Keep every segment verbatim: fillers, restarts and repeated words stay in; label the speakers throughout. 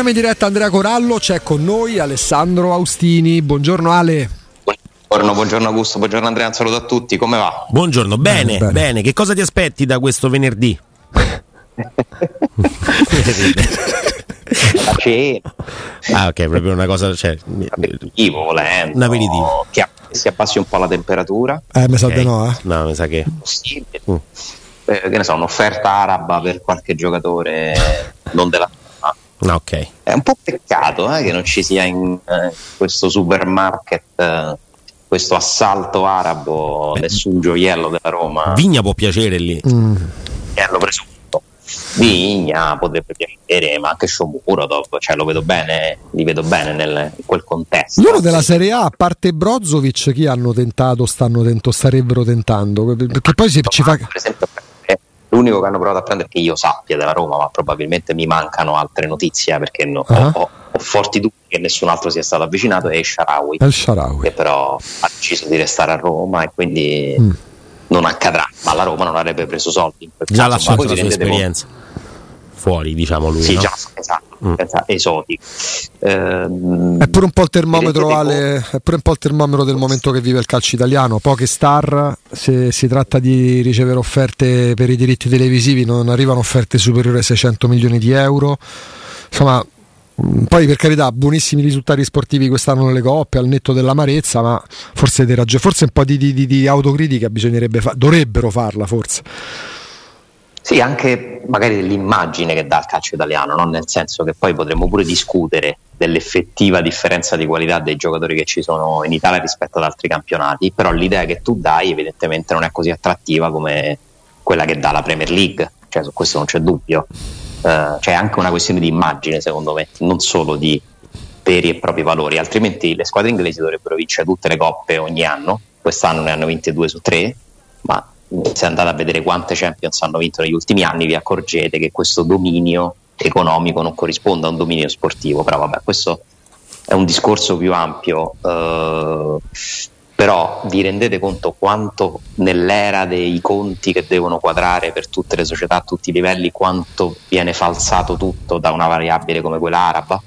Speaker 1: Torniamo in diretta Andrea Corallo, c'è con noi Alessandro Austini. Buongiorno Ale.
Speaker 2: Buongiorno, buongiorno Augusto, buongiorno Andrea, un saluto a tutti, come va?
Speaker 3: Buongiorno, bene, bene, bene. Che cosa ti aspetti da questo venerdì?
Speaker 2: La cena.
Speaker 3: Ah, ok, proprio una cosa, cioè,
Speaker 2: un aperitivo volendo,
Speaker 3: un aperitivo
Speaker 2: che si abbassi un po' la temperatura.
Speaker 1: Eh, mi sa
Speaker 3: okay.
Speaker 1: di no, eh?
Speaker 3: No, mi sa che
Speaker 2: possibile. Mm. Eh, che ne so, un'offerta araba per qualche giocatore non della zona.
Speaker 3: No, ok.
Speaker 2: È un po' peccato eh, che non ci sia in eh, questo supermarket eh, questo assalto arabo. Beh, nessun gioiello della Roma.
Speaker 3: Vigna può piacere lì.
Speaker 1: Mm.
Speaker 2: Gioiello presunto. Vigna potrebbe piacere, ma anche Shomurodov, cioè lo vedo bene, li vedo bene nel, in quel contesto.
Speaker 1: Loro della Serie A, a parte Brozovic, chi hanno tentato, stanno tento, starebbero tentando? Perché poi si, ci fa...
Speaker 2: Per esempio, l'unico che hanno provato a prendere, che io sappia, della Roma, ma probabilmente mi mancano altre notizie, perché no, uh-huh. ho, ho, ho forti dubbi che nessun altro sia stato avvicinato, è El Shaarawy,
Speaker 1: El Shaarawy,
Speaker 2: che però ha deciso di restare a Roma e quindi mm. non accadrà, ma la Roma non avrebbe preso soldi in quel
Speaker 3: già
Speaker 2: caso,
Speaker 3: la sua esperienza con... fuori, diciamo lui,
Speaker 2: sì,
Speaker 3: no?
Speaker 2: già, esatto, mm. esotico. Ehm,
Speaker 1: è pure un po' il termometro, Ale, è pure un po' il termometro del momento che vive il calcio italiano. Poche star, se si tratta di ricevere offerte per i diritti televisivi, non arrivano offerte superiori ai seicento milioni di euro. Insomma, poi per carità, buonissimi risultati sportivi quest'anno nelle coppe, al netto dell'amarezza, ma forse di ragione, forse un po' di, di, di autocritica bisognerebbe fa- dovrebbero farla forse.
Speaker 2: Sì, anche magari dell'immagine che dà il calcio italiano, no? Nel senso che poi potremmo pure discutere dell'effettiva differenza di qualità dei giocatori che ci sono in Italia rispetto ad altri campionati, però l'idea che tu dai evidentemente non è così attrattiva come quella che dà la Premier League, cioè su questo non c'è dubbio. Uh, c'è anche una questione di immagine, secondo me, non solo di veri e propri valori, altrimenti le squadre inglesi dovrebbero vincere tutte le coppe ogni anno. Quest'anno ne hanno vinte due su tre, ma se andate a vedere quante Champions hanno vinto negli ultimi anni vi accorgete che questo dominio economico non corrisponde a un dominio sportivo. Però vabbè, questo è un discorso più ampio, uh, però vi rendete conto quanto nell'era dei conti che devono quadrare per tutte le società a tutti i livelli, quanto viene falsato tutto da una variabile come quella araba?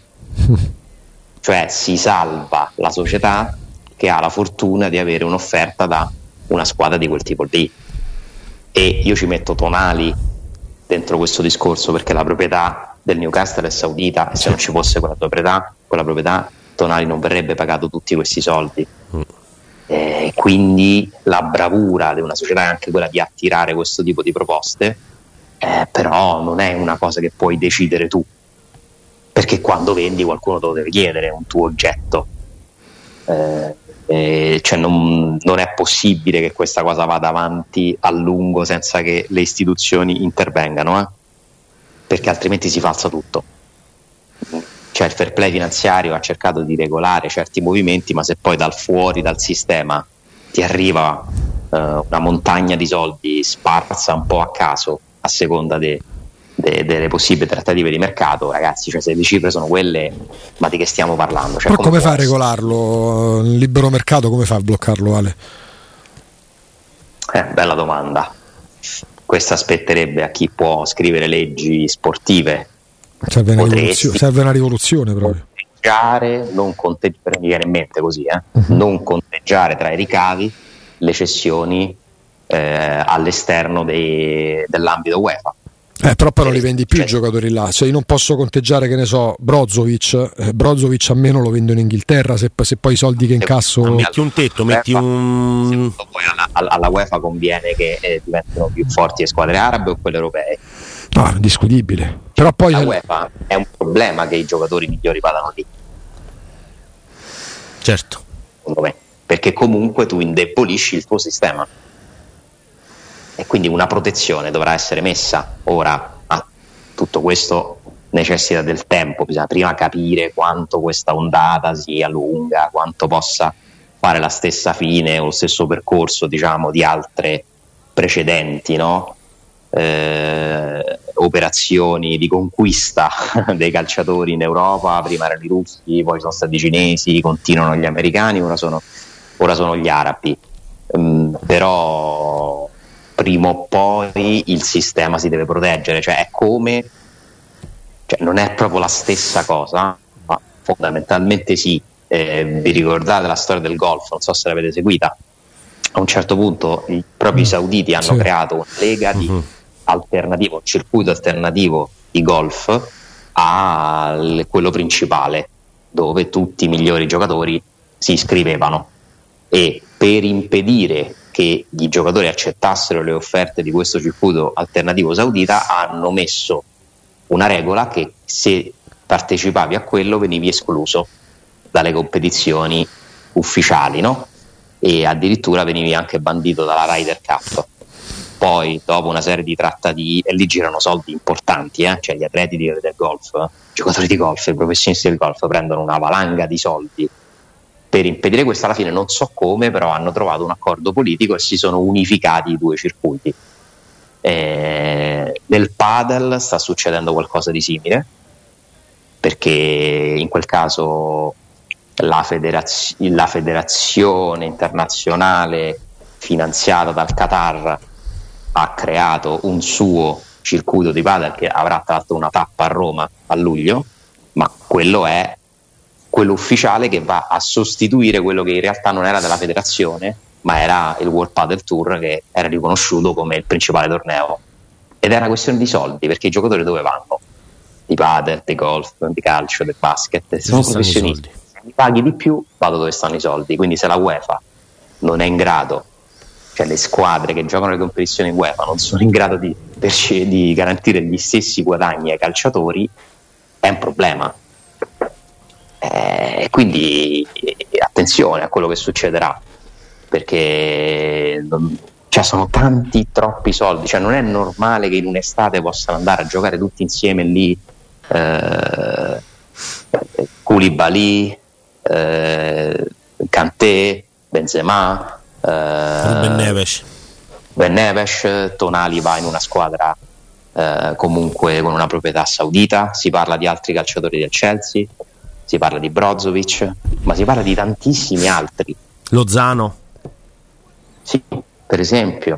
Speaker 2: Cioè si salva la società che ha la fortuna di avere un'offerta da una squadra di quel tipo lì, e io ci metto Tonali dentro questo discorso perché la proprietà del Newcastle è saudita e se non ci fosse quella proprietà, quella proprietà Tonali non verrebbe pagato tutti questi soldi. Mm. Eh, quindi la bravura di una società è anche quella di attirare questo tipo di proposte, eh, però non è una cosa che puoi decidere tu, perché quando vendi qualcuno te lo deve chiedere, è un tuo oggetto, eh, eh, cioè non, non è possibile che questa cosa vada avanti a lungo senza che le istituzioni intervengano, eh? Perché altrimenti si falsa tutto. Cioè il fair play finanziario ha cercato di regolare certi movimenti, ma se poi dal fuori, dal sistema, ti arriva uh, una montagna di soldi sparsa un po' a caso a seconda de, de, delle possibili trattative di mercato, ragazzi, cioè se le cifre sono quelle, ma di che stiamo parlando? Cioè,
Speaker 1: però come, come fa a
Speaker 2: essere?
Speaker 1: regolarlo? Il libero mercato come fa a bloccarlo, Ale?
Speaker 2: Eh, bella domanda. Questa aspetterebbe a chi può scrivere leggi sportive.
Speaker 1: Serve una, rivoluzione, serve una rivoluzione proprio.
Speaker 2: Conteggiare, non conteggiare, mi viene in mente così, eh? uh-huh. non conteggiare tra i ricavi le cessioni eh, all'esterno dei, dell'ambito UEFA.
Speaker 1: Eh, però poi non li vendi più i giocatori là, cioè io non posso conteggiare, che ne so, Brozovic, eh, Brozovic a meno lo vendo in Inghilterra, se, se poi i soldi che incasso...
Speaker 3: Metti un tetto, metti un...
Speaker 2: Poi alla, alla UEFA conviene che eh, diventino più forti le squadre arabe o quelle europee.
Speaker 1: No, è discutibile. Però poi
Speaker 2: la UEFA è un problema che i giocatori migliori vadano lì.
Speaker 3: Certo.
Speaker 2: Secondo me, perché comunque tu indebolisci il tuo sistema. E quindi una protezione dovrà essere messa. Ora, ah, tutto questo necessita del tempo, bisogna prima capire quanto questa ondata sia lunga, quanto possa fare la stessa fine o lo stesso percorso, diciamo, di altre precedenti, no? Eh, operazioni di conquista dei calciatori in Europa. Prima erano i russi, poi sono stati i cinesi, continuano gli americani, ora sono, ora sono gli arabi. Um, però prima o poi il sistema si deve proteggere, cioè è come, cioè cioè, non è proprio la stessa cosa, ma fondamentalmente sì. Eh, vi ricordate la storia del golf? Non so se l'avete seguita. A un certo punto i propri sauditi hanno sì. creato una lega di uh-huh. alternativo, un circuito alternativo di golf a quello principale, dove tutti i migliori giocatori si iscrivevano, e per impedire che i giocatori accettassero le offerte di questo circuito alternativo saudita hanno messo una regola che se partecipavi a quello venivi escluso dalle competizioni ufficiali, no? E addirittura venivi anche bandito dalla Ryder Cup. Poi dopo una serie di trattati, e lì girano soldi importanti, eh? Cioè gli atleti del golf, i giocatori di golf, i professionisti del golf prendono una valanga di soldi per impedire questo. Alla fine non so come, però hanno trovato un accordo politico e si sono unificati i due circuiti. Eh, nel padel sta succedendo qualcosa di simile, perché in quel caso la, federaz- la federazione internazionale finanziata dal Qatar ha creato un suo circuito di padel che avrà tra l'altro una tappa a Roma a luglio, ma quello è quello ufficiale che va a sostituire quello che in realtà non era della federazione, ma era il World Padel Tour, che era riconosciuto come il principale torneo, ed è una questione di soldi, perché i giocatori dove vanno? Di padel, di golf, di calcio, di basket, sono professionisti. Se mi paghi di più, vado dove stanno i soldi. Quindi se la UEFA non è in grado, cioè le squadre che giocano le competizioni UEFA non sono in grado di, di garantire gli stessi guadagni ai calciatori, è un problema. Eh, quindi attenzione a quello che succederà, perché non, cioè sono tanti, troppi soldi, cioè non è normale che in un'estate possano andare a giocare tutti insieme lì eh, Koulibaly, eh, Kanté, Benzema, eh,
Speaker 3: Ben Neves.
Speaker 2: Ben Neves, Tonali va in una squadra eh, comunque con una proprietà saudita, si parla di altri calciatori del Chelsea, si parla di Brozovic, ma si parla di tantissimi altri.
Speaker 3: Lozano.
Speaker 2: Sì, per esempio.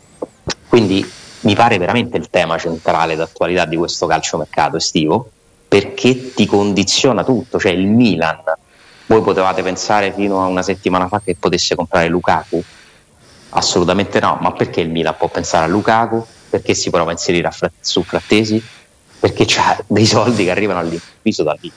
Speaker 2: Quindi mi pare veramente il tema centrale d'attualità di questo calciomercato estivo, perché ti condiziona tutto. Cioè il Milan, voi potevate pensare fino a una settimana fa che potesse comprare Lukaku? Assolutamente no. Ma perché il Milan può pensare a Lukaku? Perché si prova a inserire a Frat- su Frattesi? Perché c'ha dei soldi che arrivano all'improvviso da lì.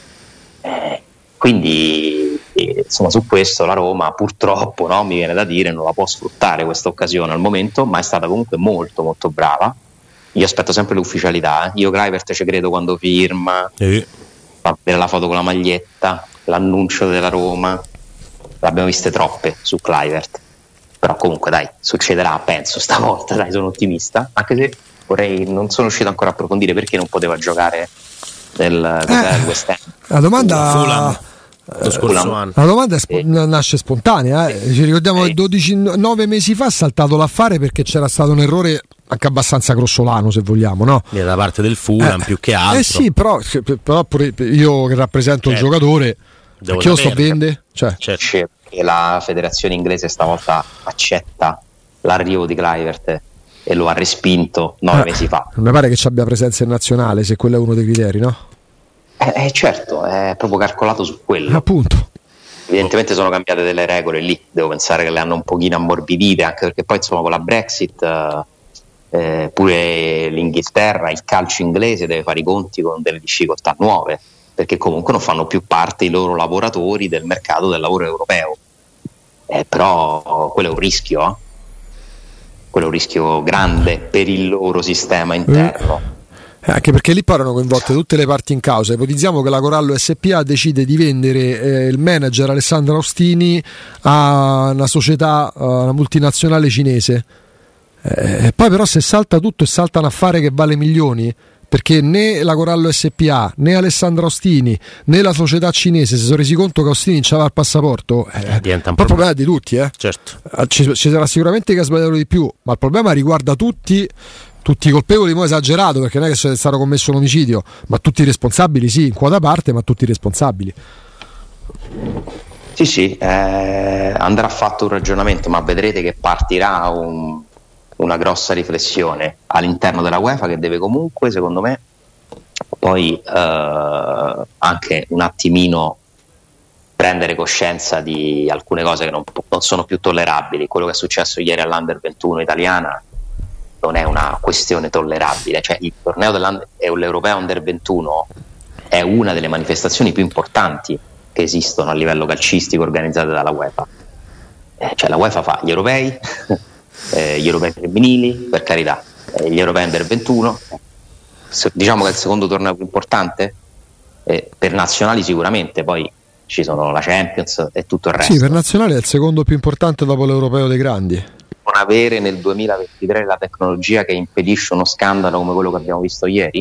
Speaker 2: Eh, quindi eh, insomma, su questo la Roma purtroppo, no, mi viene da dire, non la può sfruttare questa occasione al momento, ma è stata comunque molto molto brava. Io aspetto sempre l'ufficialità, eh. Io Kluivert ci credo quando firma,
Speaker 3: sì.
Speaker 2: Fa vedere la foto con la maglietta, l'annuncio della Roma, l'abbiamo viste troppe su Kluivert, però comunque dai, succederà, penso stavolta, dai, sono ottimista, anche se vorrei, non sono riuscito ancora a approfondire perché non poteva giocare del eh, West Ham.
Speaker 1: La domanda
Speaker 3: eh,
Speaker 1: la domanda è sp- nasce spontanea, eh. Ci ricordiamo che dodici nove mesi fa ha saltato l'affare perché c'era stato un errore anche abbastanza grossolano, se vogliamo, no?
Speaker 3: Da parte del Fulham, eh, più che altro.
Speaker 1: Eh sì, però, però pure io che rappresento certo. il giocatore, perché io sto a vendere, cioè.
Speaker 2: Certo. Che la federazione inglese stavolta accetta l'arrivo di Kluivert e lo ha respinto nove eh, mesi fa.
Speaker 1: Non mi pare che ci abbia presenza in nazionale, se quello è uno dei criteri, no?
Speaker 2: Eh, eh certo, è proprio calcolato su quello.
Speaker 1: Appunto.
Speaker 2: Evidentemente sono cambiate delle regole lì, devo pensare che le hanno un pochino ammorbidite, anche perché poi insomma con la Brexit eh, pure l'Inghilterra, il calcio inglese deve fare i conti con delle difficoltà nuove, perché comunque non fanno più parte i loro lavoratori del mercato del lavoro europeo. Eh, però quello è un rischio, eh? quello è un rischio grande per il loro sistema interno.
Speaker 1: Eh, anche perché lì parlano coinvolte tutte le parti in causa. Ipotizziamo che la Corallo S P A decide di vendere eh, il manager Alessandro Austini a una società, a una multinazionale cinese. Eh, poi però se salta tutto e salta un affare che vale milioni, perché né la Corallo S P A né Alessandro Austini né la società cinese si sono resi conto che Austini c'aveva il passaporto, eh,
Speaker 3: diventa un
Speaker 1: po' problema di tutti, eh.
Speaker 3: Certo.
Speaker 1: Ci, ci sarà sicuramente che ha sbagliato di più, ma il problema riguarda tutti, tutti i colpevoli, mo' esagerato, perché non è che è stato commesso un omicidio, ma tutti i responsabili, sì, in quota parte, ma tutti i responsabili.
Speaker 2: Sì, sì, eh, andrà fatto un ragionamento, ma vedrete che partirà un una grossa riflessione all'interno della UEFA, che deve comunque, secondo me, poi eh, anche un attimino prendere coscienza di alcune cose che non, non sono più tollerabili. Quello che è successo ieri all'Under ventuno italiana non è una questione tollerabile, cioè il torneo dell'Europeo Under ventuno è una delle manifestazioni più importanti che esistono a livello calcistico organizzate dalla UEFA. Eh, cioè la UEFA fa gli europei, eh, gli europei femminili, per carità, eh, gli europei Under ventuno, Se, diciamo che è il secondo torneo più importante, eh, per nazionali sicuramente, poi ci sono la Champions e tutto il resto.
Speaker 1: Sì, per nazionale è il secondo più importante dopo l'Europeo dei Grandi.
Speaker 2: Non avere nel duemilaventitré la tecnologia che impedisce uno scandalo come quello che abbiamo visto ieri,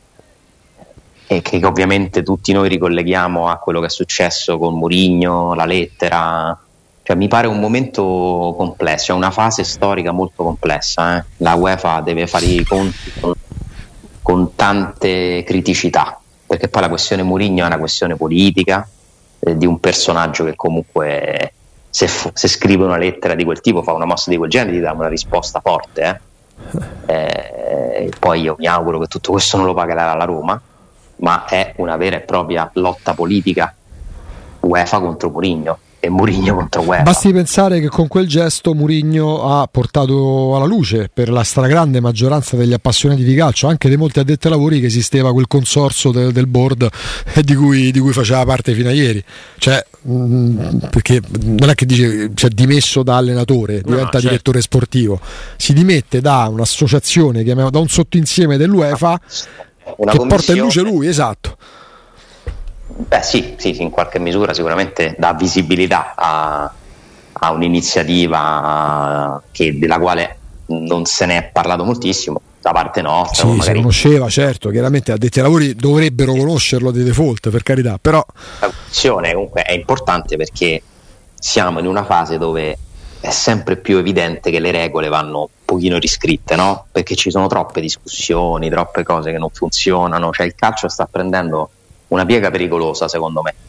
Speaker 2: e che ovviamente tutti noi ricolleghiamo a quello che è successo con Mourinho, la lettera, cioè mi pare un momento complesso, è una fase storica molto complessa, eh? La UEFA deve fare i conti con, con tante criticità, perché poi la questione Mourinho è una questione politica, eh, di un personaggio che comunque se, f- se scrive una lettera di quel tipo, fa una mossa di quel genere, ti dà una risposta forte, eh? Eh, poi io mi auguro che tutto questo non lo pagherà la Roma, ma è una vera e propria lotta politica UEFA contro Mourinho e Mourinho contro UEFA.
Speaker 1: Basti pensare che con quel gesto Mourinho ha portato alla luce per la stragrande maggioranza degli appassionati di calcio, anche dei molti addetti ai lavori, che esisteva quel consorzio de- del board eh, di, cui, di cui faceva parte fino a ieri, cioè mh, perché non è che dice cioè, dimesso da allenatore diventa no, certo. direttore sportivo, si dimette da un'associazione chiamata, da un sottoinsieme dell'UEFA
Speaker 2: una
Speaker 1: che porta in luce lui, esatto.
Speaker 2: Beh sì, sì, sì, in qualche misura sicuramente dà visibilità a, a un'iniziativa che, della quale non se ne è parlato moltissimo da parte nostra.
Speaker 1: Sì,
Speaker 2: magari
Speaker 1: si conosceva, certo, chiaramente addetti ai lavori dovrebbero conoscerlo di default, per carità, però
Speaker 2: la questione comunque è importante perché siamo in una fase dove è sempre più evidente che le regole vanno un pochino riscritte, no? Perché ci sono troppe discussioni, troppe cose che non funzionano, cioè il calcio sta prendendo una piega pericolosa secondo me,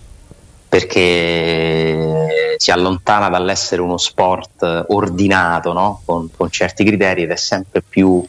Speaker 2: perché si allontana dall'essere uno sport ordinato, no? con, con certi criteri, ed è sempre più,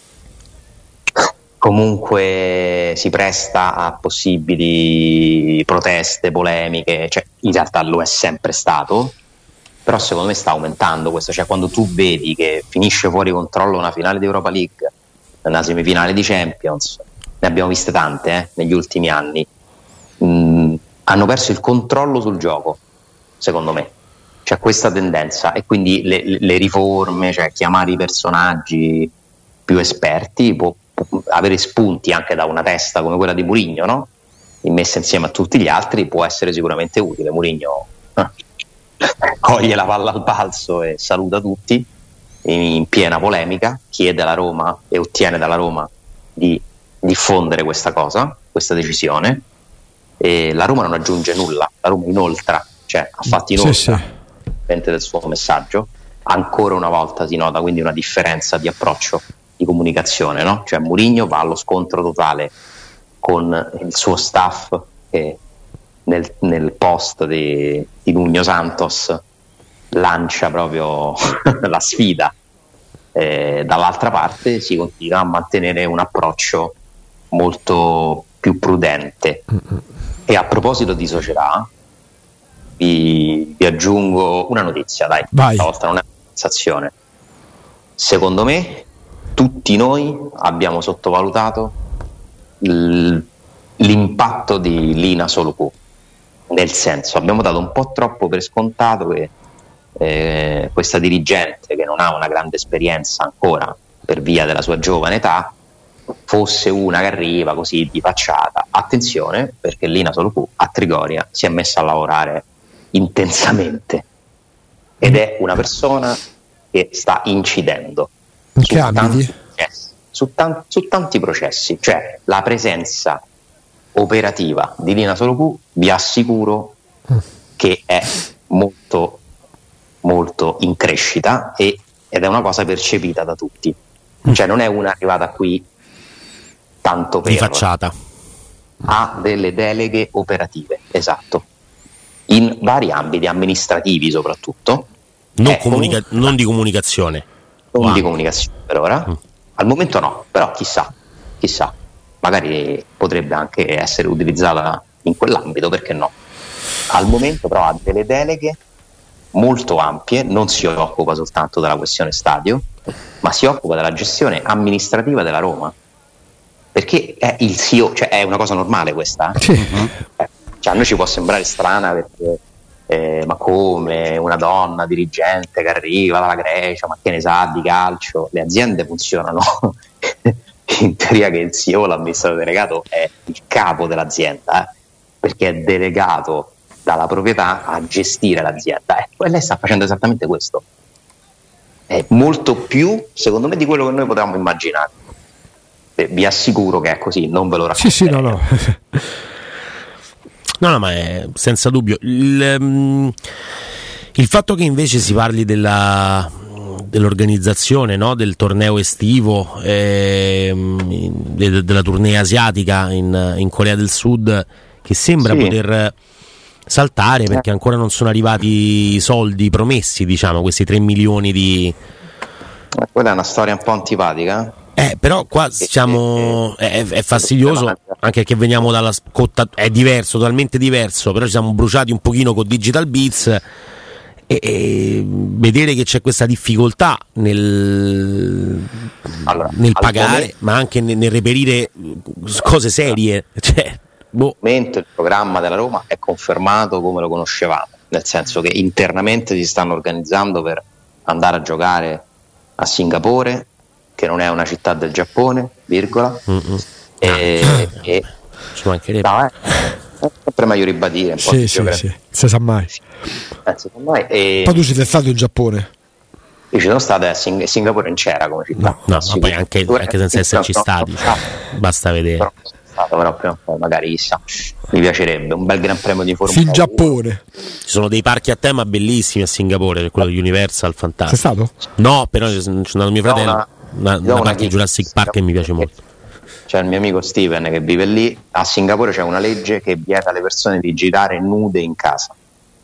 Speaker 2: comunque si presta a possibili proteste, polemiche, cioè in realtà lo è sempre stato, però secondo me sta aumentando questo, cioè quando tu vedi che finisce fuori controllo una finale di Europa League, una semifinale di Champions, ne abbiamo viste tante eh, negli ultimi anni, mm, hanno perso il controllo sul gioco, secondo me c'è questa tendenza, e quindi le, le riforme, cioè chiamare i personaggi più esperti, può, può avere spunti anche da una testa come quella di Mourinho, no? Messa insieme a tutti gli altri può essere sicuramente utile. Mourinho eh, coglie la palla al balzo e saluta tutti in, in piena polemica, chiede alla Roma e ottiene dalla Roma di diffondere questa cosa, questa decisione, e la Roma non aggiunge nulla, la Roma inoltra, cioè ha fatto inoltre sì, sì. del suo messaggio. Ancora una volta si nota quindi una differenza di approccio, di comunicazione, no? Cioè Mourinho va allo scontro totale con il suo staff che nel, nel post di, di Nuno Santos lancia proprio la sfida, eh, dall'altra parte si continua a mantenere un approccio molto più prudente. Mm-hmm. E a proposito di società vi, vi aggiungo una notizia, dai, stavolta non è una sensazione. Secondo me tutti noi abbiamo sottovalutato l- l'impatto di Lina Soluku, nel senso abbiamo dato un po' troppo per scontato che eh, questa dirigente, che non ha una grande esperienza ancora per via della sua giovane età, fosse una che arriva così di facciata. Attenzione, perché Lina Soluku a Trigoria si è messa a lavorare intensamente ed è una persona che sta incidendo su tanti, processi, su, tan- su tanti processi, cioè la presenza operativa di Lina Soluku vi assicuro che è molto molto in crescita, e, ed è una cosa percepita da tutti, cioè non è una arrivata qui tanto per,
Speaker 3: di facciata,
Speaker 2: ha delle deleghe operative, esatto, in vari ambiti amministrativi soprattutto,
Speaker 3: non, comunica- un... non di comunicazione
Speaker 2: non
Speaker 3: wow.
Speaker 2: di comunicazione per ora, mm. al momento no, però chissà chissà magari potrebbe anche essere utilizzata in quell'ambito, perché no? Al momento però ha delle deleghe molto ampie, non si occupa soltanto della questione stadio, ma si occupa della gestione amministrativa della Roma, perché è il C E O, cioè è una cosa normale questa, eh?
Speaker 1: Sì.
Speaker 2: Eh, cioè a noi ci può sembrare strana perché eh, ma come una donna dirigente che arriva dalla Grecia, ma che ne sa di calcio? Le aziende funzionano in teoria che il C E O, l'amministratore delegato, è il capo dell'azienda, eh? Perché è delegato dalla proprietà a gestire l'azienda, eh, e lei sta facendo esattamente questo, è molto più secondo me di quello che noi potevamo immaginare. Eh, vi assicuro che è così, non ve lo racconto.
Speaker 1: Sì, sì, no, no.
Speaker 3: No, no, ma è senza dubbio il, um, il fatto che invece si parli della dell'organizzazione, no, del torneo estivo, eh, de, della tournée asiatica in, in Corea del Sud, che sembra sì. poter saltare perché ancora non sono arrivati i soldi promessi, diciamo, questi tre milioni di...
Speaker 2: Quella è una storia un po' antipatica.
Speaker 3: Eh, però qua diciamo è, è fastidioso anche perché veniamo dalla scotta, è diverso, totalmente diverso, però ci siamo bruciati un pochino con Digital Beats e, e vedere che c'è questa difficoltà nel, allora, nel pagare, momento, ma anche nel, nel reperire cose serie, cioè, boh.
Speaker 2: Al momento il programma della Roma è confermato come lo conoscevamo, nel senso che internamente si stanno organizzando per andare a giocare a Singapore, che non è una città del Giappone, virgola,
Speaker 3: Mm-mm.
Speaker 2: e, e
Speaker 3: ci mancherebbe.
Speaker 2: No, eh, è sempre meglio ribadire un po'.
Speaker 1: Sì, sì, sì, si sa mai.
Speaker 2: Eh, si sa mai. E...
Speaker 1: Poi tu ci sei stato in Giappone?
Speaker 2: Io ci sono stato a Sing- Singapore non c'era come città.
Speaker 3: No, no, ma poi anche, anche senza esserci no, stati, no, no, basta vedere.
Speaker 2: Però, stato, però prima o poi magari chissà, mi piacerebbe un bel gran premio di Formula
Speaker 1: in Giappone.
Speaker 3: Ci sono dei parchi a tema bellissimi a Singapore, quello di Universal, fantastico.
Speaker 1: Sei stato?
Speaker 3: No, però c'è andato mio fratello.
Speaker 2: No,
Speaker 3: una, una, una parte di Jurassic Park che mi piace molto.
Speaker 2: C'è il mio amico Steven che vive lì. A Singapore c'è una legge che vieta alle persone di girare nude in casa.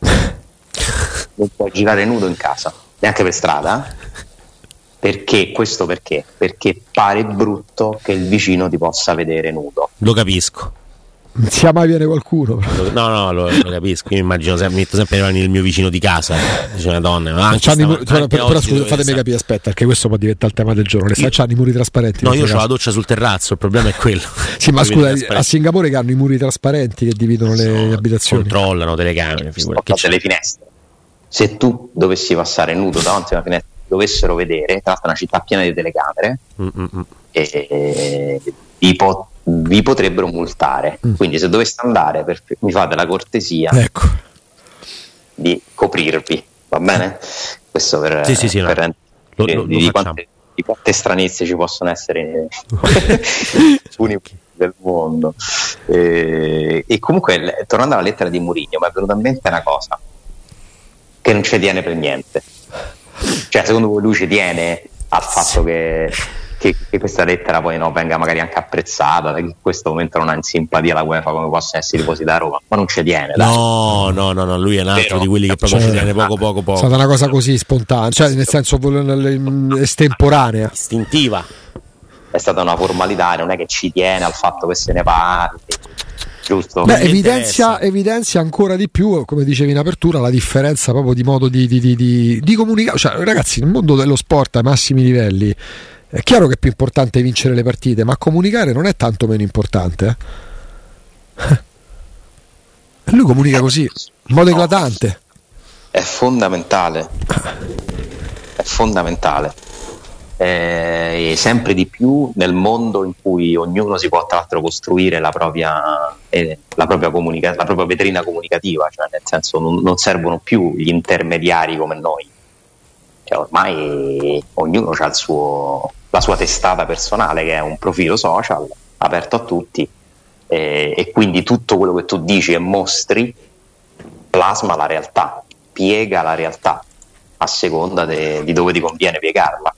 Speaker 2: Non puoi girare nudo in casa, neanche per strada. Perché? Questo perché? Perché pare brutto che il vicino ti possa vedere nudo.
Speaker 3: Lo capisco.
Speaker 1: Non sia mai viene qualcuno.
Speaker 3: No, no, lo, lo capisco. Io mi immagino sempre, metto sempre le mani nel mio vicino di casa. Dice una donna. Ma anche
Speaker 1: stava,
Speaker 3: mu-
Speaker 1: però, però, però scusa, fatemi
Speaker 3: stare.
Speaker 1: capire, aspetta, perché questo può diventare il tema del giorno. Le io, c'hanno i muri trasparenti.
Speaker 3: No, io ho la doccia sul terrazzo, il problema è quello.
Speaker 1: Sì, ma scusa, a Singapore che hanno i muri trasparenti che dividono le no, abitazioni.
Speaker 3: Controllano telecamere, figurati.
Speaker 2: Delle finestre. Se tu dovessi passare nudo davanti a una finestra, dovessero vedere, tra l'altro è una città piena di telecamere,
Speaker 3: Mm-mm.
Speaker 2: e vi, po- vi potrebbero multare. Mm. Quindi se doveste andare, per, mi fate la cortesia
Speaker 1: ecco.
Speaker 2: di coprirvi, va bene? Questo per,
Speaker 3: sì, sì, sì,
Speaker 2: per
Speaker 3: no. lo, lo,
Speaker 2: di,
Speaker 3: lo
Speaker 2: quante, di quante stranezze ci possono essere in del mondo. E, e comunque, tornando alla lettera di Mourinho, mi è venuta in mente una cosa che non ci tiene per niente. Cioè, secondo voi lui ci tiene al fatto che, che, che questa lettera poi no, venga magari anche apprezzata, che in questo momento non ha in simpatia la UEFA come possono essere i tifosi da Roma, ma non ci tiene, dai.
Speaker 3: No, no, no, no, lui è un altro Vero? di quelli che proprio cioè, ci tiene poco poco poco.
Speaker 1: È stata una cosa così spontanea, cioè nel senso estemporanea,
Speaker 3: istintiva.
Speaker 2: È stata una formalità, non è che ci tiene al fatto che se ne parli. Giusto.
Speaker 1: Beh, evidenzia, evidenzia ancora di più, come dicevi in apertura, la differenza proprio di modo di, di, di, di, di comunicare. Cioè, ragazzi, nel mondo dello sport ai massimi livelli è chiaro che è più importante vincere le partite, ma comunicare non è tanto meno importante. Eh? E lui comunica così, in modo eclatante.
Speaker 2: È fondamentale. È fondamentale. Eh, sempre di più nel mondo in cui ognuno si può tra l'altro costruire la propria, eh, la propria, comunica- la propria vetrina comunicativa, cioè nel senso non, non servono più gli intermediari come noi, cioè, ormai ognuno ha il suo, la sua testata personale che è un profilo social aperto a tutti, eh, e quindi tutto quello che tu dici e mostri plasma la realtà, piega la realtà a seconda de- di dove ti conviene piegarla.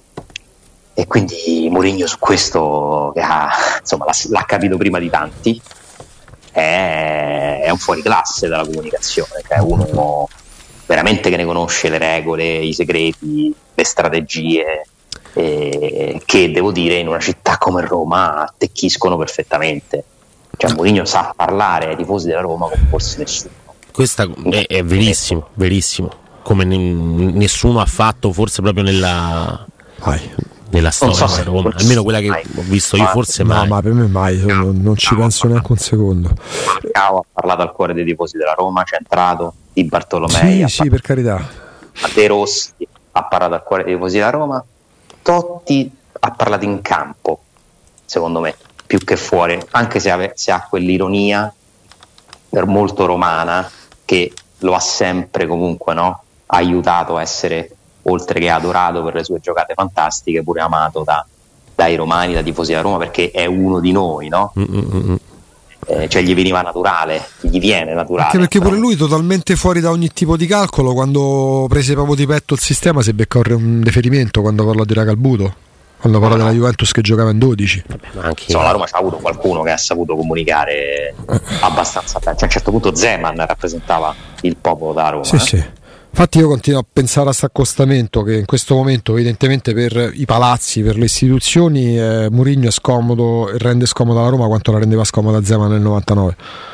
Speaker 2: E quindi Mourinho su questo, che ha, insomma, l'ha, l'ha capito prima di tanti, è, è un fuoriclasse della comunicazione, cioè uno veramente che ne conosce le regole, i segreti, le strategie, eh, che devo dire in una città come Roma attecchiscono perfettamente. Cioè Mourinho sa parlare ai tifosi della Roma come forse nessuno.
Speaker 3: Questa è, è verissimo, verissimo, come n- nessuno ha fatto forse proprio nella Vai. nella storia so se Roma, almeno quella che mai. ho visto io, forse
Speaker 1: no,
Speaker 3: mai.
Speaker 1: ma per me mai, io non, non ci penso neanche un secondo.
Speaker 2: Cavo ha parlato al cuore dei tifosi della Roma, c'è entrato Di Bartolomei,
Speaker 1: sì, sì, per carità.
Speaker 2: De Rossi ha parlato al cuore dei tifosi della Roma, Totti ha parlato in campo, secondo me, più che fuori, anche se, ave, se ha quell'ironia per molto romana che lo ha sempre comunque, no, aiutato a essere, oltre che adorato per le sue giocate fantastiche, pure amato da, dai romani, da tifosi della Roma, perché è uno di noi, no? Eh, cioè gli veniva naturale, gli viene naturale.
Speaker 1: Anche perché pure lui totalmente fuori da ogni tipo di calcolo, quando prese proprio di petto il sistema si becca un deferimento quando parlò di Racalbuto, quando parlò no, della Juventus che giocava in dodici.
Speaker 2: Vabbè, ma anche insomma, la Roma c'ha avuto qualcuno che ha saputo comunicare abbastanza bene. Cioè, a un certo punto Zeman rappresentava il popolo da Roma.
Speaker 1: Sì,
Speaker 2: eh?
Speaker 1: sì. Infatti io continuo a pensare a questo accostamento che in questo momento evidentemente per i palazzi, per le istituzioni, eh, Mourinho è scomodo e rende scomoda la Roma quanto la rendeva scomoda Zeman nel novantanove.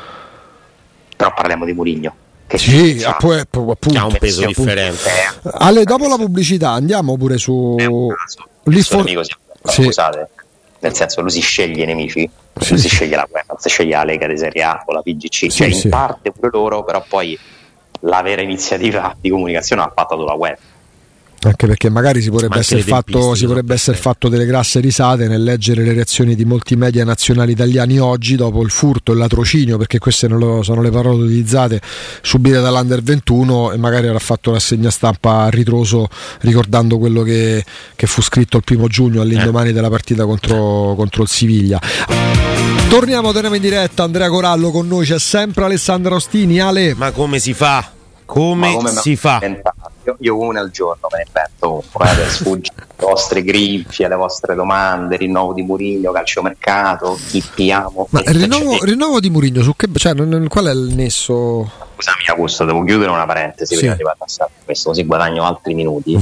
Speaker 2: Però parliamo di Mourinho. Che
Speaker 1: sì, ha un
Speaker 3: peso appunto differente.
Speaker 1: Ale, dopo la pubblicità andiamo pure su
Speaker 2: lì for... amico, sì. Scusate, nel senso lui si sceglie i nemici, sì. Non si sceglie la guerra, si sceglie la Lega di Serie A o la P G C, sì, cioè sì. In parte pure loro, però poi la vera iniziativa di comunicazione l'ha fatta sulla web.
Speaker 1: Anche perché magari si potrebbe, essere fatto, si potrebbe essere fatto delle grasse risate nel leggere le reazioni di molti media nazionali italiani oggi dopo il furto e il latrocinio, perché queste non lo, sono le parole utilizzate, subite dall'Under ventuno, e magari avrà fatto una rassegna stampa a ritroso ricordando quello che, che fu scritto il primo giugno all'indomani eh. della partita contro, contro il Siviglia. Torniamo, torniamo in diretta. Andrea Corallo con noi, c'è sempre Alessandro Ostini. Ale,
Speaker 3: ma come si fa? Come, come si fa?
Speaker 2: Io, io una al giorno me ne invento uno, eh, per sfuggire le vostre grinfie, le vostre domande, rinnovo di Mourinho, calciomercato, chippiamo.
Speaker 1: Ma il rinnovo, rinnovo di Mourinho, su che, cioè, non, qual è il nesso?
Speaker 2: Scusami Augusto, devo chiudere una parentesi sì. prima di passare a questo, così guadagno altri minuti.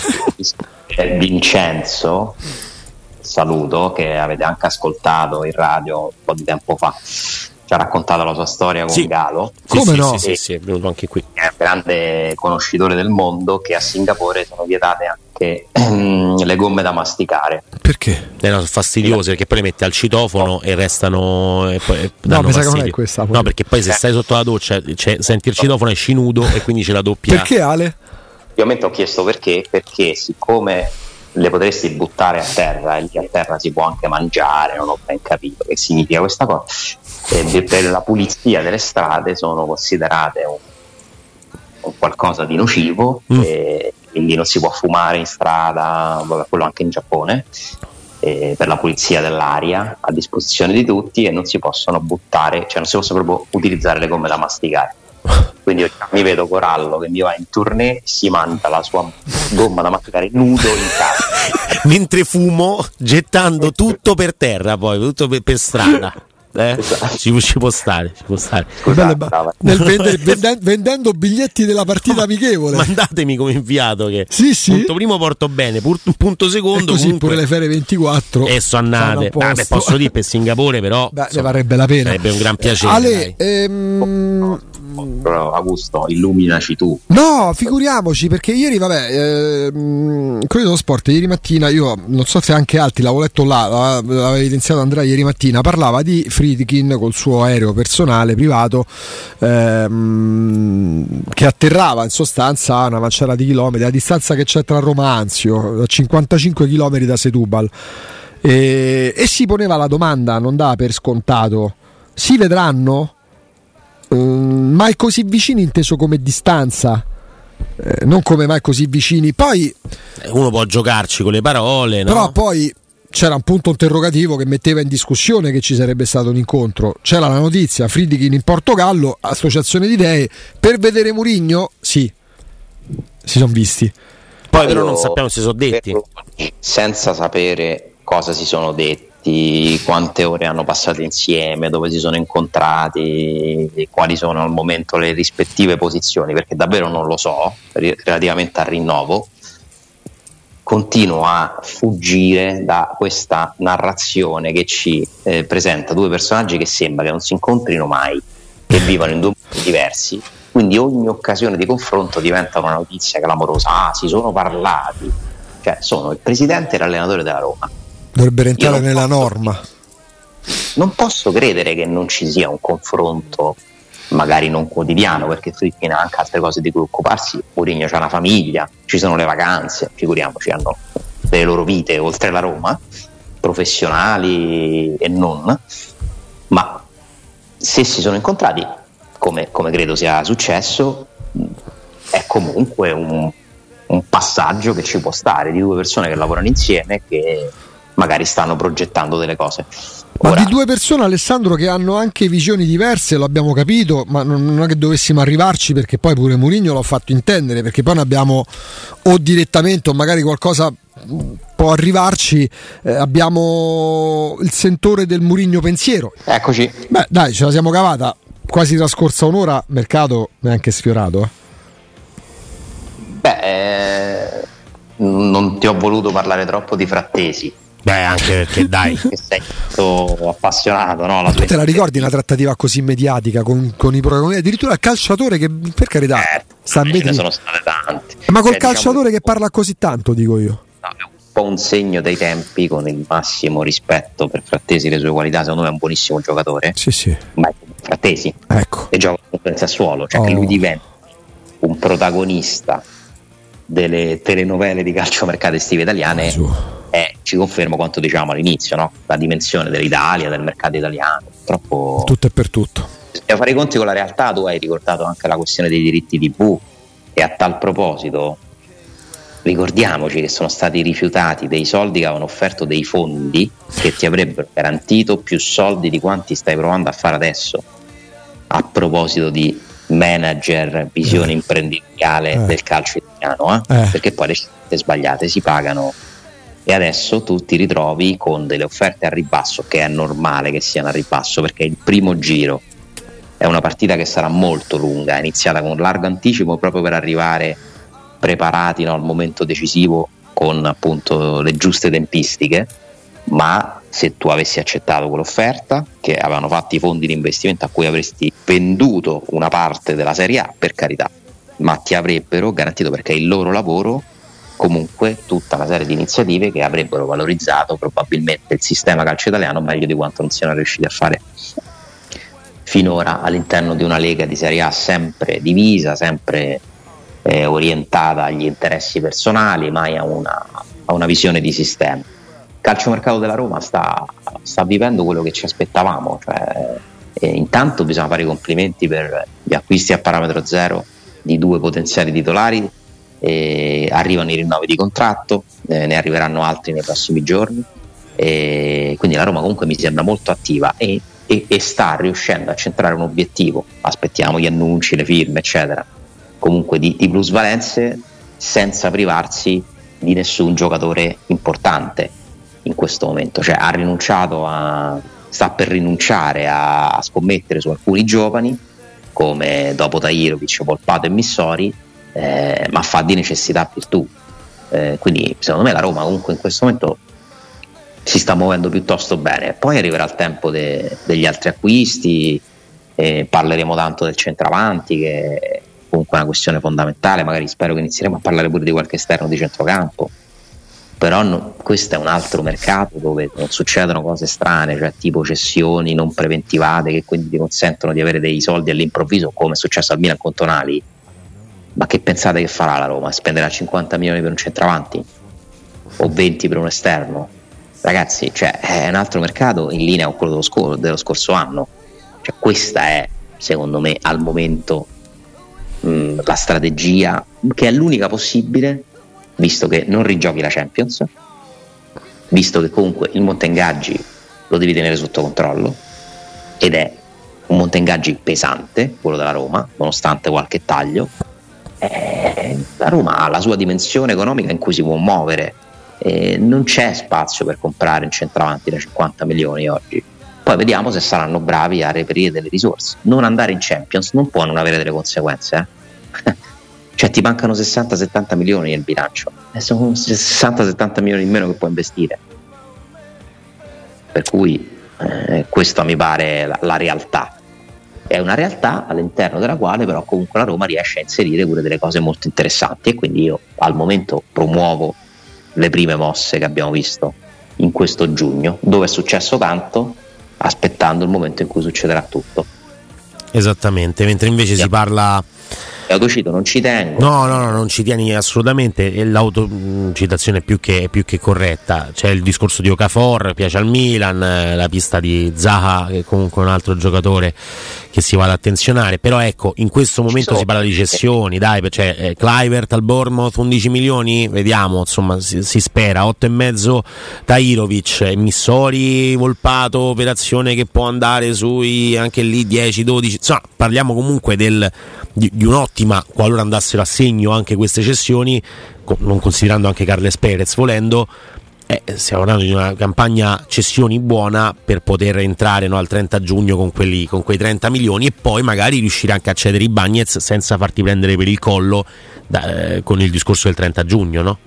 Speaker 2: Vincenzo, saluto, che avete anche ascoltato in radio un po' di tempo fa, ci ha raccontato la sua storia con
Speaker 3: sì.
Speaker 2: Galo.
Speaker 3: Sì,
Speaker 1: come
Speaker 3: sì,
Speaker 1: no?
Speaker 3: Sì, sì, sì, è venuto anche qui.
Speaker 2: È un grande conoscitore del mondo, che a Singapore sono vietate anche le gomme da masticare.
Speaker 1: Perché?
Speaker 3: Eh, no, sono fastidiose, perché poi le metti al citofono e restano e poi
Speaker 1: no, mi sa che non è questa.
Speaker 3: No, perché poi se stai sotto la doccia cioè, senti il citofono esci nudo e quindi c'è la doppia.
Speaker 1: Perché Ale?
Speaker 2: Ovviamente ho chiesto perché, perché siccome le potresti buttare a terra e lì a terra si può anche mangiare, non ho ben capito che significa questa cosa, e per la pulizia delle strade sono considerate un, un qualcosa di nocivo, mm. e quindi non si può fumare in strada, quello anche in Giappone, e per la pulizia dell'aria a disposizione di tutti, e non si possono buttare, cioè non si possono proprio utilizzare le gomme da masticare. Quindi io mi vedo Corallo che mi va in tournée, si mangia la sua gomma da masticare nudo in casa
Speaker 3: mentre fumo, gettando tutto per terra, poi tutto per, per strada. Eh? Esatto. Ci, ci può stare, ci può stare.
Speaker 1: Scusate, ba- nel vendere, vende, vendendo biglietti della partita amichevole.
Speaker 3: Mandatemi come inviato che
Speaker 1: sì, sì.
Speaker 3: punto primo porto bene, punto secondo
Speaker 1: e così
Speaker 3: comunque,
Speaker 1: pure le ferie ventiquattro
Speaker 3: e so annate. Ah, beh, posso dire per Singapore, però
Speaker 1: beh, ne varrebbe la pena.
Speaker 3: Sarebbe un gran piacere.
Speaker 1: Ale, ehm...
Speaker 2: però Augusto, illuminaci tu.
Speaker 1: No, figuriamoci, perché ieri vabbè ehm, Corriere dello Sport ieri mattina, io non so se anche altri l'avevo letto là, l'aveva evidenziato Andrea ieri mattina, parlava di Friedkin col suo aereo personale privato ehm, che atterrava in sostanza a una manciata di chilometri, la distanza che c'è tra Roma e Anzio, a cinquantacinque chilometri da Setúbal, e, e si poneva la domanda, non dà per scontato, si vedranno? Um, mai così vicini inteso come distanza, eh, non come mai così vicini. Poi
Speaker 3: uno può giocarci con le parole, no?
Speaker 1: Però poi c'era un punto interrogativo che metteva in discussione che ci sarebbe stato un incontro. C'era la notizia Friedkin in Portogallo, associazione di idee per vedere Mourinho. Sì, si sono visti.
Speaker 3: Poi allora, però non sappiamo se sono detti,
Speaker 2: senza sapere cosa si sono detti, quante ore hanno passato insieme, dove si sono incontrati, quali sono al momento le rispettive posizioni, perché davvero non lo so relativamente al rinnovo. continuo a fuggire da questa narrazione che ci eh, presenta due personaggi che sembra che non si incontrino mai, che vivono in due mondi diversi, quindi ogni occasione di confronto diventa una notizia clamorosa. Ah, si sono parlati, cioè sono il presidente e l'allenatore della Roma,
Speaker 1: dovrebbe rientrare nella posso, norma.
Speaker 2: Non posso credere che non ci sia un confronto magari non quotidiano, perché Friedkin ha anche altre cose di cui occuparsi. Mourinho c'ha una famiglia, ci sono le vacanze, figuriamoci, hanno le loro vite oltre la Roma, professionali e non, ma se si sono incontrati, come, come credo sia successo, è comunque un, un passaggio che ci può stare, di due persone che lavorano insieme, che magari stanno progettando delle cose.
Speaker 1: Ma
Speaker 2: Ora,
Speaker 1: di due persone, Alessandro, che hanno anche visioni diverse, lo abbiamo capito, ma non è che dovessimo arrivarci, perché poi pure Mourinho l'ha fatto intendere, perché poi ne abbiamo o direttamente o magari qualcosa può arrivarci, eh, abbiamo il sentore del Mourinho pensiero.
Speaker 2: Eccoci.
Speaker 1: Beh, dai, ce la siamo cavata, quasi trascorsa un'ora, mercato neanche sfiorato. Eh.
Speaker 2: Beh, eh, non ti ho voluto parlare troppo di Frattesi.
Speaker 3: Beh, anche perché dai,
Speaker 2: che sei molto appassionato, no? La
Speaker 1: tu te la ricordi una trattativa così mediatica con, con i protagonisti, addirittura il calciatore che, per carità,
Speaker 2: eh,
Speaker 1: sta
Speaker 2: ce ne sono state tante,
Speaker 1: ma col
Speaker 2: cioè,
Speaker 1: calciatore
Speaker 2: diciamo,
Speaker 1: che parla così tanto, dico io.
Speaker 2: No, è un po' un segno dei tempi, con il massimo rispetto per Frattesi, le sue qualità. Secondo me è un buonissimo giocatore,
Speaker 1: sì sì,
Speaker 2: ma è Frattesi,
Speaker 1: ecco,
Speaker 2: e gioca comunque nel Sassuolo, cioè oh. che lui diventa un protagonista delle telenovele di calciomercato estive italiane. Eh, ci confermo quanto diciamo all'inizio, no? La dimensione dell'Italia, del mercato italiano, purtroppo
Speaker 1: tutto e per tutto.
Speaker 2: Bisogna fare i conti con la realtà. Tu hai ricordato anche la questione dei diritti tivù, e a tal proposito ricordiamoci che sono stati rifiutati dei soldi che avevano offerto, dei fondi che ti avrebbero garantito più soldi di quanti stai provando a fare adesso, a proposito di manager, visione eh. imprenditoriale eh. del calcio italiano, eh? Eh. Perché poi le scelte sbagliate si pagano. E adesso tu ti ritrovi con delle offerte a ribasso, che è normale che siano a ribasso, perché il primo giro è una partita che sarà molto lunga, è iniziata con un largo anticipo proprio per arrivare preparati, no, al momento decisivo, con appunto le giuste tempistiche. Ma se tu avessi accettato quell'offerta, che avevano fatto i fondi di investimento a cui avresti venduto una parte della Serie A, per carità, ma ti avrebbero garantito, perché è il loro lavoro, comunque tutta una serie di iniziative che avrebbero valorizzato probabilmente il sistema calcio italiano meglio di quanto non siano riusciti a fare finora all'interno di una lega di Serie A sempre divisa, sempre eh, orientata agli interessi personali, mai a una, a una visione di sistema. Il calciomercato della Roma sta, sta vivendo quello che ci aspettavamo, cioè, eh, intanto bisogna fare i complimenti per gli acquisti a parametro zero di due potenziali titolari. E arrivano i rinnovi di contratto, eh, ne arriveranno altri nei prossimi giorni, e quindi la Roma comunque mi sembra molto attiva e, e, e sta riuscendo a centrare un obiettivo. Aspettiamo gli annunci, le firme eccetera, comunque di, di plusvalenze, senza privarsi di nessun giocatore importante in questo momento. Cioè ha rinunciato a sta per rinunciare a, a scommettere su alcuni giovani come dopo Tahirovic, Volpato e Missori, Eh, ma fa di necessità virtù, eh, quindi secondo me la Roma comunque in questo momento si sta muovendo piuttosto bene. Poi arriverà il tempo de- degli altri acquisti, eh, parleremo tanto del centravanti, che è comunque una questione fondamentale, magari spero che inizieremo a parlare pure di qualche esterno di centrocampo, però no, questo è un altro mercato dove non succedono cose strane, cioè tipo cessioni non preventivate che quindi ti consentono di avere dei soldi all'improvviso, come è successo al Milan con Tonali. Ma che pensate che farà la Roma? Spenderà cinquanta milioni per un centravanti? O venti per un esterno? Ragazzi, cioè, è un altro mercato in linea con quello dello, scor- dello scorso anno. Cioè, questa è, secondo me, al momento mh, la strategia che è l'unica possibile, visto che non rigiochi la Champions, visto che comunque il monte ingaggi lo devi tenere sotto controllo, ed è un monte ingaggi pesante, quello della Roma, nonostante qualche taglio. Eh, la Roma ha la sua dimensione economica in cui si può muovere, eh, non c'è spazio per comprare un centravanti da cinquanta milioni oggi. Poi vediamo se saranno bravi a reperire delle risorse. Non andare in Champions non può non avere delle conseguenze, eh? cioè ti mancano sessanta settanta milioni nel bilancio e sono sessanta settanta milioni in meno che puoi investire, per cui eh, questa mi pare la, la realtà. È una realtà all'interno della quale però comunque la Roma riesce a inserire pure delle cose molto interessanti, e quindi io al momento promuovo le prime mosse che abbiamo visto in questo giugno, dove è successo tanto, aspettando il momento in cui succederà tutto.
Speaker 3: Esattamente, mentre invece yeah. si parla...
Speaker 2: Autocito non ci tengo.
Speaker 3: No, no, no, non ci tieni assolutamente, e l'autocitazione è più che, è più che corretta. C'è il discorso di Okafor, piace al Milan, la pista di Zaha, che è comunque un altro giocatore che si va ad attenzionare, però ecco, in questo momento si parla di cessioni, dai, cioè eh, Kluivert al Bournemouth undici milioni, vediamo, insomma, si, si spera, otto e mezzo Tahirovic, Missori, Volpato, operazione che può andare sui anche lì dieci dodici, insomma, parliamo comunque del di, di un'ottima, qualora andassero a segno anche queste cessioni, non considerando anche Carles Perez volendo, eh, stiamo parlando di una campagna cessioni buona per poter entrare, no, al trenta giugno con quelli, con quei trenta milioni, e poi magari riuscire anche a cedere i Bagnez senza farti prendere per il collo da, eh, con il discorso del trenta giugno, no?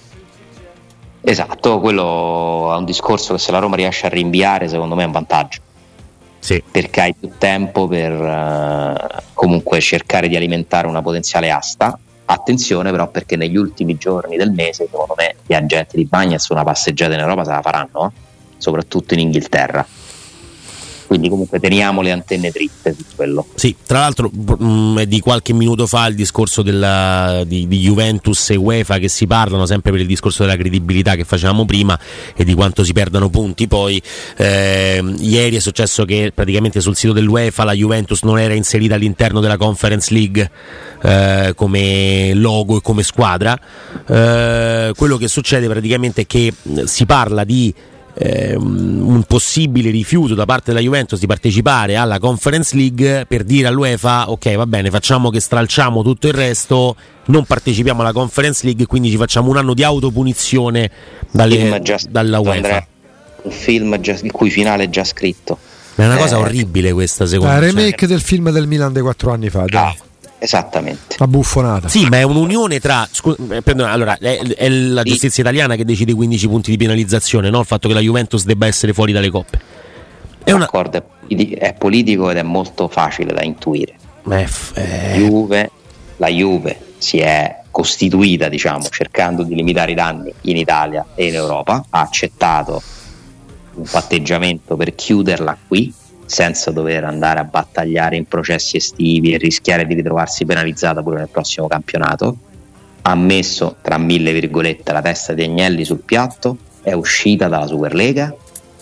Speaker 2: Esatto, quello è un discorso che se la Roma riesce a rinviare secondo me è un vantaggio.
Speaker 3: Sì.
Speaker 2: Perché hai più tempo per uh, comunque cercare di alimentare una potenziale asta. Attenzione però, perché negli ultimi giorni del mese secondo me gli agenti di Bagnez una passeggiata in Europa se la faranno, eh? Soprattutto in Inghilterra, quindi comunque teniamo le antenne dritte su quello.
Speaker 3: Sì, tra l'altro mh, è di qualche minuto fa il discorso della, di, di Juventus e UEFA che si parlano, sempre per il discorso della credibilità che facevamo prima e di quanto si perdano punti. Poi eh, ieri è successo che praticamente sul sito dell'UEFA la Juventus non era inserita all'interno della Conference League eh, come logo e come squadra. Eh, quello che succede praticamente è che si parla di Eh, un possibile rifiuto da parte della Juventus di partecipare alla Conference League, per dire all'UEFA ok, va bene, facciamo che stralciamo tutto il resto, non partecipiamo alla Conference League, quindi ci facciamo un anno di autopunizione dalle, dalla UEFA. Andrea,
Speaker 2: un film già, il cui finale è già scritto.
Speaker 3: È una cosa eh, orribile questa, secondo me.
Speaker 1: La remake del film del Milan dei quattro anni fa, dai.
Speaker 2: Ah. Esattamente.
Speaker 1: La buffonata.
Speaker 3: Sì, ma è un'unione tra scu- allora è, è la giustizia italiana che decide quindici punti di penalizzazione, no? Il fatto che la Juventus debba essere fuori dalle coppe. È una...
Speaker 2: D'accordo, è politico ed è molto facile da intuire.
Speaker 3: F- eh...
Speaker 2: Juve, la Juve si è costituita, diciamo, cercando di limitare i danni in Italia e in Europa, ha accettato un patteggiamento per chiuderla qui, senza dover andare a battagliare in processi estivi e rischiare di ritrovarsi penalizzata pure nel prossimo campionato. Ha messo, tra mille virgolette, la testa di Agnelli sul piatto, è uscita dalla Superlega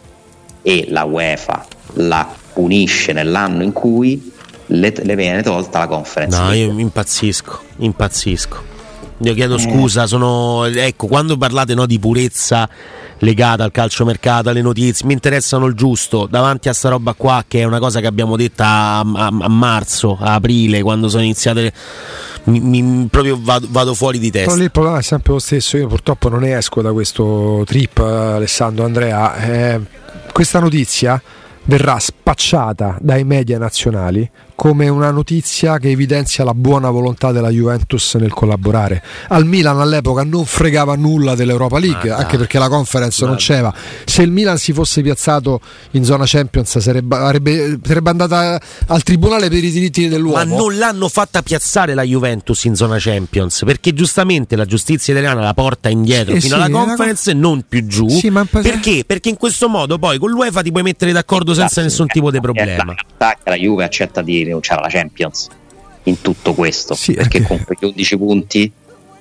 Speaker 2: e la UEFA la punisce nell'anno in cui le, le viene tolta la Conference
Speaker 3: no,
Speaker 2: League.
Speaker 3: Io impazzisco, impazzisco. Io chiedo scusa, sono ecco, quando parlate, no, di purezza legata al calciomercato, alle notizie, mi interessano il giusto davanti a sta roba qua, che è una cosa che abbiamo detta a, a, a marzo, a aprile, quando sono iniziate, mi, mi, proprio vado, vado fuori di testa.
Speaker 1: Però lì il problema è sempre lo stesso, io purtroppo non ne esco da questo trip, Alessandro, Andrea. Eh, questa notizia verrà spacciata dai media nazionali come una notizia che evidenzia la buona volontà della Juventus nel collaborare. Al Milan all'epoca non fregava nulla dell'Europa League, ah, anche perché la Conference non c'era. Se il Milan si fosse piazzato in zona Champions sarebbe, avrebbe, sarebbe andata al Tribunale per i diritti dell'uomo.
Speaker 3: Ma non l'hanno fatta piazzare la Juventus in zona Champions, perché giustamente la giustizia italiana la porta indietro sì, fino sì, alla Conference e non più giù.
Speaker 1: Sì, ma
Speaker 3: perché? Perché in questo modo poi con l'UEFA ti puoi mettere d'accordo senza nessun tipo di problema.
Speaker 2: La, la Juve accetta di rinunciare alla Champions in tutto questo,
Speaker 1: sì,
Speaker 2: perché
Speaker 1: anche...
Speaker 2: con quegli undici punti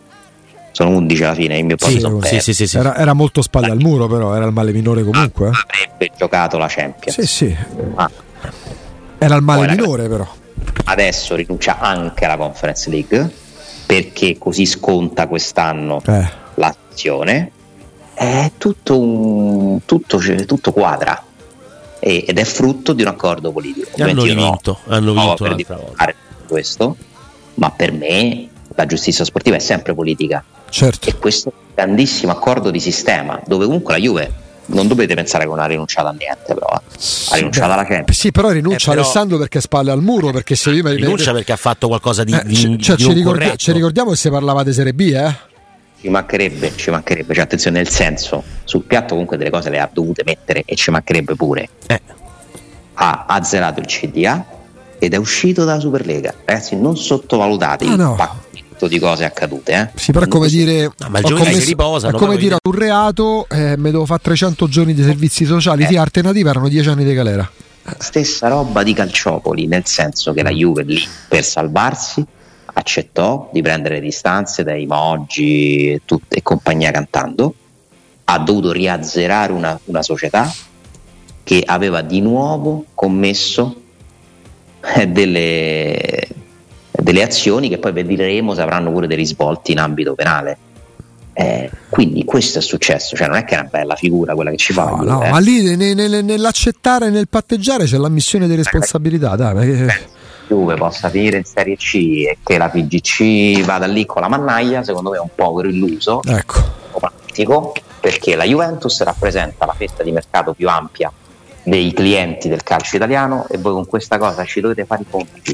Speaker 2: sono undici alla fine, il mio
Speaker 3: sì, sì, sì, sì, sì.
Speaker 1: Era, era molto spalle la... al muro, però era il male minore comunque.
Speaker 2: Ah, avrebbe giocato la Champions.
Speaker 1: Sì, sì.
Speaker 2: Ah.
Speaker 1: Era il male
Speaker 2: Poi,
Speaker 1: minore però.
Speaker 2: Adesso rinuncia anche alla Conference League perché così sconta quest'anno
Speaker 1: eh.
Speaker 2: l'azione. È tutto un tutto, tutto quadra. Ed è frutto di un accordo politico.
Speaker 3: Hanno vinto, no, hanno vinto
Speaker 2: per fare questo, ma per me la giustizia sportiva è sempre politica.
Speaker 1: Certo.
Speaker 2: E questo è un grandissimo accordo di sistema, dove comunque la Juve non dovete pensare che non ha rinunciato a niente, però ha
Speaker 1: sì,
Speaker 2: rinunciato
Speaker 1: beh,
Speaker 2: alla Champions.
Speaker 1: Sì, però rinuncia
Speaker 3: eh, però...
Speaker 1: Alessandro perché spalle al muro, perché se io
Speaker 3: rinuncia perché ha fatto qualcosa di,
Speaker 1: eh,
Speaker 3: di,
Speaker 1: cioè,
Speaker 3: di
Speaker 1: ci, ricordi-
Speaker 3: corretto.
Speaker 1: ci ricordiamo che si parlava di Serie B, eh?
Speaker 2: Ci mancherebbe, ci mancherebbe, cioè attenzione, nel senso, sul piatto comunque delle cose le ha dovute mettere e ci mancherebbe pure.
Speaker 3: Eh.
Speaker 2: Ha azzerato il C D A ed è uscito dalla Superlega. Ragazzi, non sottovalutate
Speaker 1: ah,
Speaker 2: il
Speaker 1: no.
Speaker 2: pacchetto di cose accadute, eh?
Speaker 1: Sì, però è come dire,
Speaker 3: no, ma il giovedì si riposa,
Speaker 1: è come dire a un reato, eh, mi devo fare trecento giorni di servizi sociali,
Speaker 2: eh.
Speaker 1: sì, alternativa erano dieci anni di galera.
Speaker 2: Stessa roba di Calciopoli, nel senso che la Juve lì per salvarsi accettò di prendere le distanze dai Moggi e, tut- e compagnia cantando, ha dovuto riazzerare una, una società che aveva di nuovo commesso eh, delle, delle azioni che poi vedremo se avranno pure dei risvolti in ambito penale. Eh, quindi questo è successo, cioè non è che è una bella figura quella che ci fa.
Speaker 1: No, no, eh. Ma lì ne, ne, nell'accettare e nel patteggiare c'è l'ammissione di responsabilità, dai, perché...
Speaker 2: Juve possa finire in Serie C e che la P G C vada lì con la mannaia, secondo me è un povero illuso,
Speaker 1: ecco,
Speaker 2: pratico, perché la Juventus rappresenta la fetta di mercato più ampia dei clienti del calcio italiano e voi con questa cosa ci dovete fare i conti.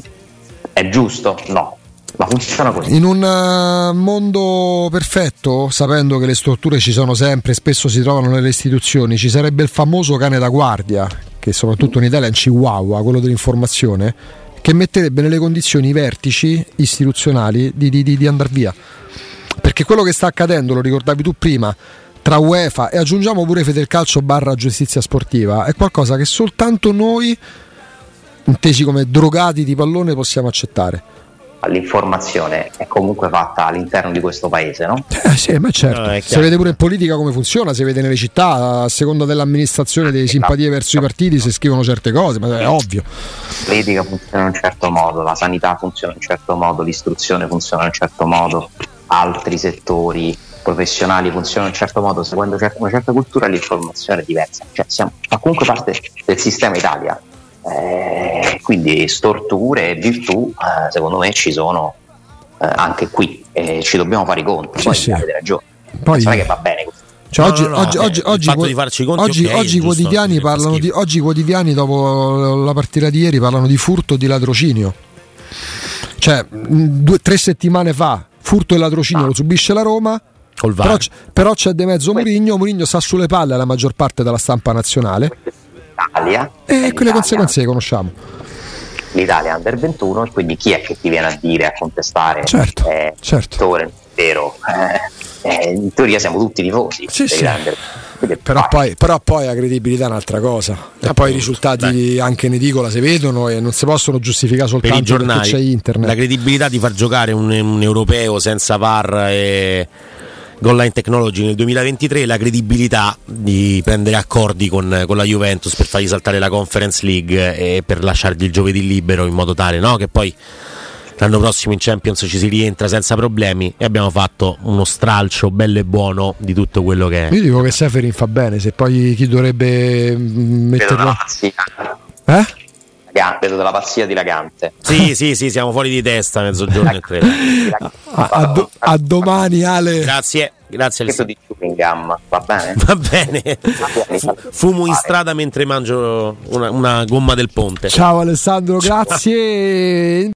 Speaker 2: È giusto? No, ma funziona così.
Speaker 1: In un uh, mondo perfetto, sapendo che le strutture ci sono sempre, spesso si trovano nelle istituzioni, ci sarebbe il famoso cane da guardia, che soprattutto in Italia è un chihuahua, quello dell'informazione, che metterebbe nelle condizioni i vertici istituzionali di, di, di, di andare via, perché quello che sta accadendo, lo ricordavi tu prima, tra UEFA e aggiungiamo pure Federcalcio barra giustizia sportiva, è qualcosa che soltanto noi, intesi come drogati di pallone, possiamo accettare.
Speaker 2: L'informazione è comunque fatta all'interno di questo paese, no?
Speaker 1: Eh sì, ma certo,
Speaker 3: no,
Speaker 1: si vede pure in politica come funziona, si vede nelle città, a seconda dell'amministrazione, delle simpatie verso i partiti, si scrivono certe cose, ma è ovvio.
Speaker 2: La politica funziona in un certo modo, la sanità funziona in un certo modo, l'istruzione funziona in un certo modo, altri settori professionali funzionano in un certo modo, seguendo una certa cultura, l'informazione è diversa, cioè siamo, fa comunque parte del sistema Italia. Eh, quindi storture e virtù eh, secondo me ci sono eh, anche qui e ci dobbiamo fare i conti, poi
Speaker 1: sì,
Speaker 2: avete ragione,
Speaker 1: poi
Speaker 2: non è che va bene così.
Speaker 1: Cioè,
Speaker 3: no,
Speaker 1: oggi,
Speaker 3: no, no,
Speaker 1: oggi,
Speaker 3: eh,
Speaker 1: oggi, oggi,
Speaker 3: di farci conti,
Speaker 1: oggi,
Speaker 3: okay,
Speaker 1: oggi i quotidiani parlano di, oggi i quotidiani dopo la partita di ieri parlano di furto e di ladrocinio, cioè due, tre settimane fa furto e ladrocinio ah. lo subisce la Roma, però, però c'è di mezzo Mourinho, Mourinho sta sulle palle la maggior parte della stampa nazionale.
Speaker 2: L'Italia
Speaker 1: e quelle conseguenze le conosciamo.
Speaker 2: L'Italia under ventuno, e quindi chi è che ti viene a dire, a contestare?
Speaker 1: Certo,
Speaker 2: eh,
Speaker 1: certo.
Speaker 2: Vero, eh, eh, in teoria siamo tutti tifosi,
Speaker 1: sì, sì.
Speaker 2: Under...
Speaker 1: Però, poi, però poi la credibilità è un'altra cosa, e poi i risultati Beh. anche in edicola si vedono e non si possono giustificare soltanto
Speaker 3: per i giornali,
Speaker 1: perché c'è internet.
Speaker 3: La credibilità di far giocare un, un europeo senza V A R e Goal Line Technology nel duemilaventitré, la credibilità di prendere accordi con, con la Juventus per fargli saltare la Conference League e per lasciargli il giovedì libero in modo tale, no, che poi l'anno prossimo in Champions ci si rientra senza problemi, e abbiamo fatto uno stralcio bello e buono di tutto quello che è.
Speaker 1: Io dico che Seferin fa bene, se poi chi dovrebbe metterlo eh?
Speaker 2: Vedo della pazzia dilagante.
Speaker 3: Sì, sì, sì, siamo fuori di testa mezzogiorno e tre.
Speaker 1: A, a, do, a domani, Ale.
Speaker 3: Grazie, grazie.
Speaker 2: Questo di chewing gum, va bene?
Speaker 3: Va bene. Fumo in strada mentre mangio una, una gomma del ponte.
Speaker 1: Ciao Alessandro, grazie.